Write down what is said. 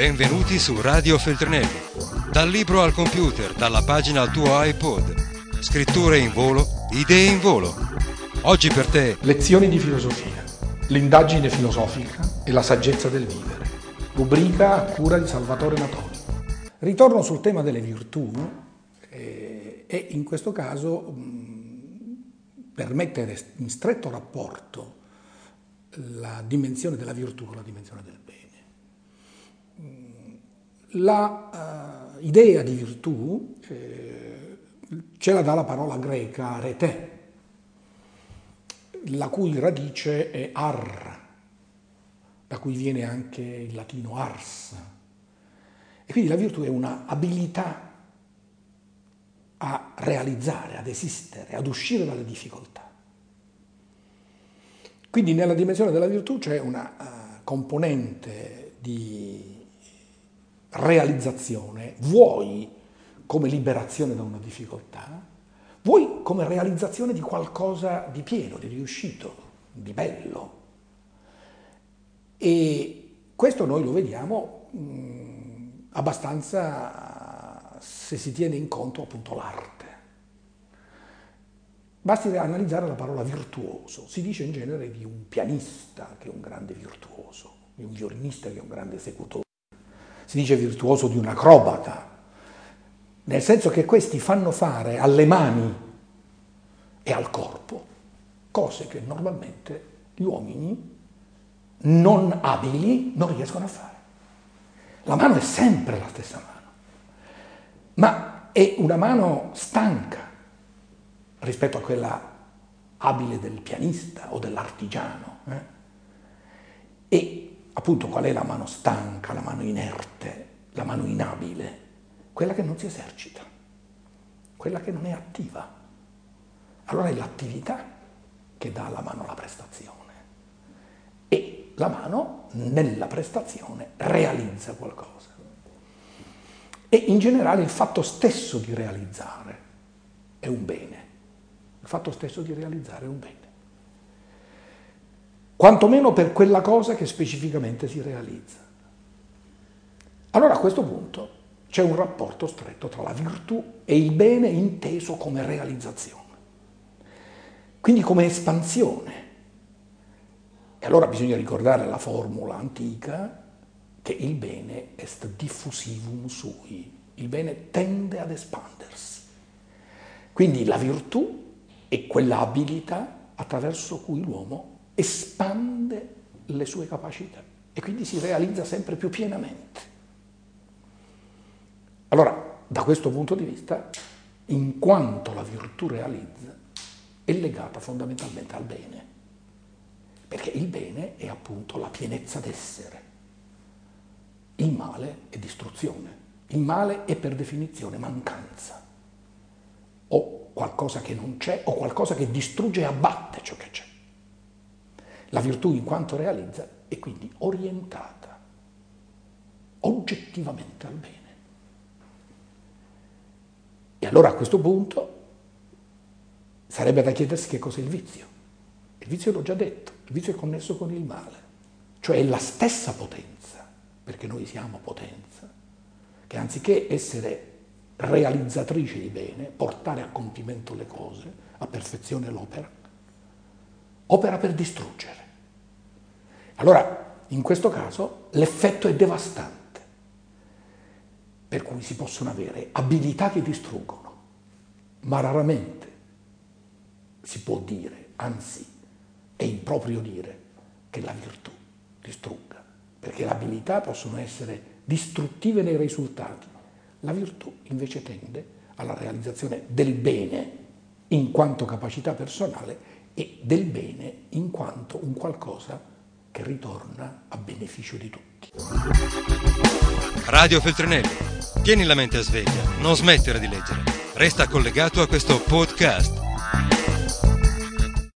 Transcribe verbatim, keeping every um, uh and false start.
Benvenuti su Radio Feltrinelli. Dal libro al computer, dalla pagina al tuo iPod. Scritture in volo, idee in volo. Oggi per te Lezioni di filosofia, l'indagine filosofica e la saggezza del vivere. Rubrica a cura di Salvatore Natoli. Ritorno sul tema delle virtù eh, e in questo caso mh, per mettere in stretto rapporto la dimensione della virtù con la dimensione del bene. La uh, idea di virtù eh, ce la dà la parola greca arete, la cui radice è ar, da cui viene anche il latino ars. E quindi la virtù è una abilità a realizzare, ad esistere, ad uscire dalle difficoltà. Quindi nella dimensione della virtù c'è una uh, componente di realizzazione, vuoi come liberazione da una difficoltà, vuoi come realizzazione di qualcosa di pieno, di riuscito, di bello. E questo noi lo vediamo mh, abbastanza se si tiene in conto appunto l'arte. Basti analizzare la parola virtuoso. Si dice in genere di un pianista che è un grande virtuoso, di un violinista che è un grande esecutore. Si dice virtuoso di un acrobata, nel senso che questi fanno fare alle mani e al corpo cose che normalmente gli uomini non abili non riescono a fare. La mano è sempre la stessa mano, ma è una mano stanca rispetto a quella abile del pianista o dell'artigiano. Eh? E appunto qual è la mano stanca, la mano inerte, la mano inabile? Quella che non si esercita, quella che non è attiva. Allora è l'attività che dà alla mano la prestazione. E la mano nella prestazione realizza qualcosa. E in generale il fatto stesso di realizzare è un bene. Il fatto stesso di realizzare è un bene. Quantomeno per quella cosa che specificamente si realizza. Allora a questo punto c'è un rapporto stretto tra la virtù e il bene inteso come realizzazione, quindi come espansione. E allora bisogna ricordare la formula antica che il bene est diffusivum sui, il bene tende ad espandersi. Quindi la virtù è quella abilità attraverso cui l'uomo espande le sue capacità e quindi si realizza sempre più pienamente. Allora, da questo punto di vista, in quanto la virtù realizza, è legata fondamentalmente al bene, perché il bene è appunto la pienezza d'essere. Il male è distruzione, il male è per definizione mancanza, o qualcosa che non c'è, o qualcosa che distrugge e abbatte ciò che c'è. La virtù in quanto realizza è quindi orientata oggettivamente al bene. E allora a questo punto sarebbe da chiedersi che cos'è il vizio. Il vizio l'ho già detto, il vizio è connesso con il male, cioè è la stessa potenza, perché noi siamo potenza, che anziché essere realizzatrice di bene, portare a compimento le cose, a perfezione l'opera, opera per distruggere. Allora, in questo caso, l'effetto è devastante, per cui si possono avere abilità che distruggono, ma raramente si può dire, anzi è improprio dire, che la virtù distrugga, perché le abilità possono essere distruttive nei risultati. La virtù invece tende alla realizzazione del bene in quanto capacità personale e del bene in quanto un qualcosa che ritorna a beneficio di tutti. Radio Feltrinelli. Tieni la mente a sveglia, non smettere di leggere. Resta collegato a questo podcast.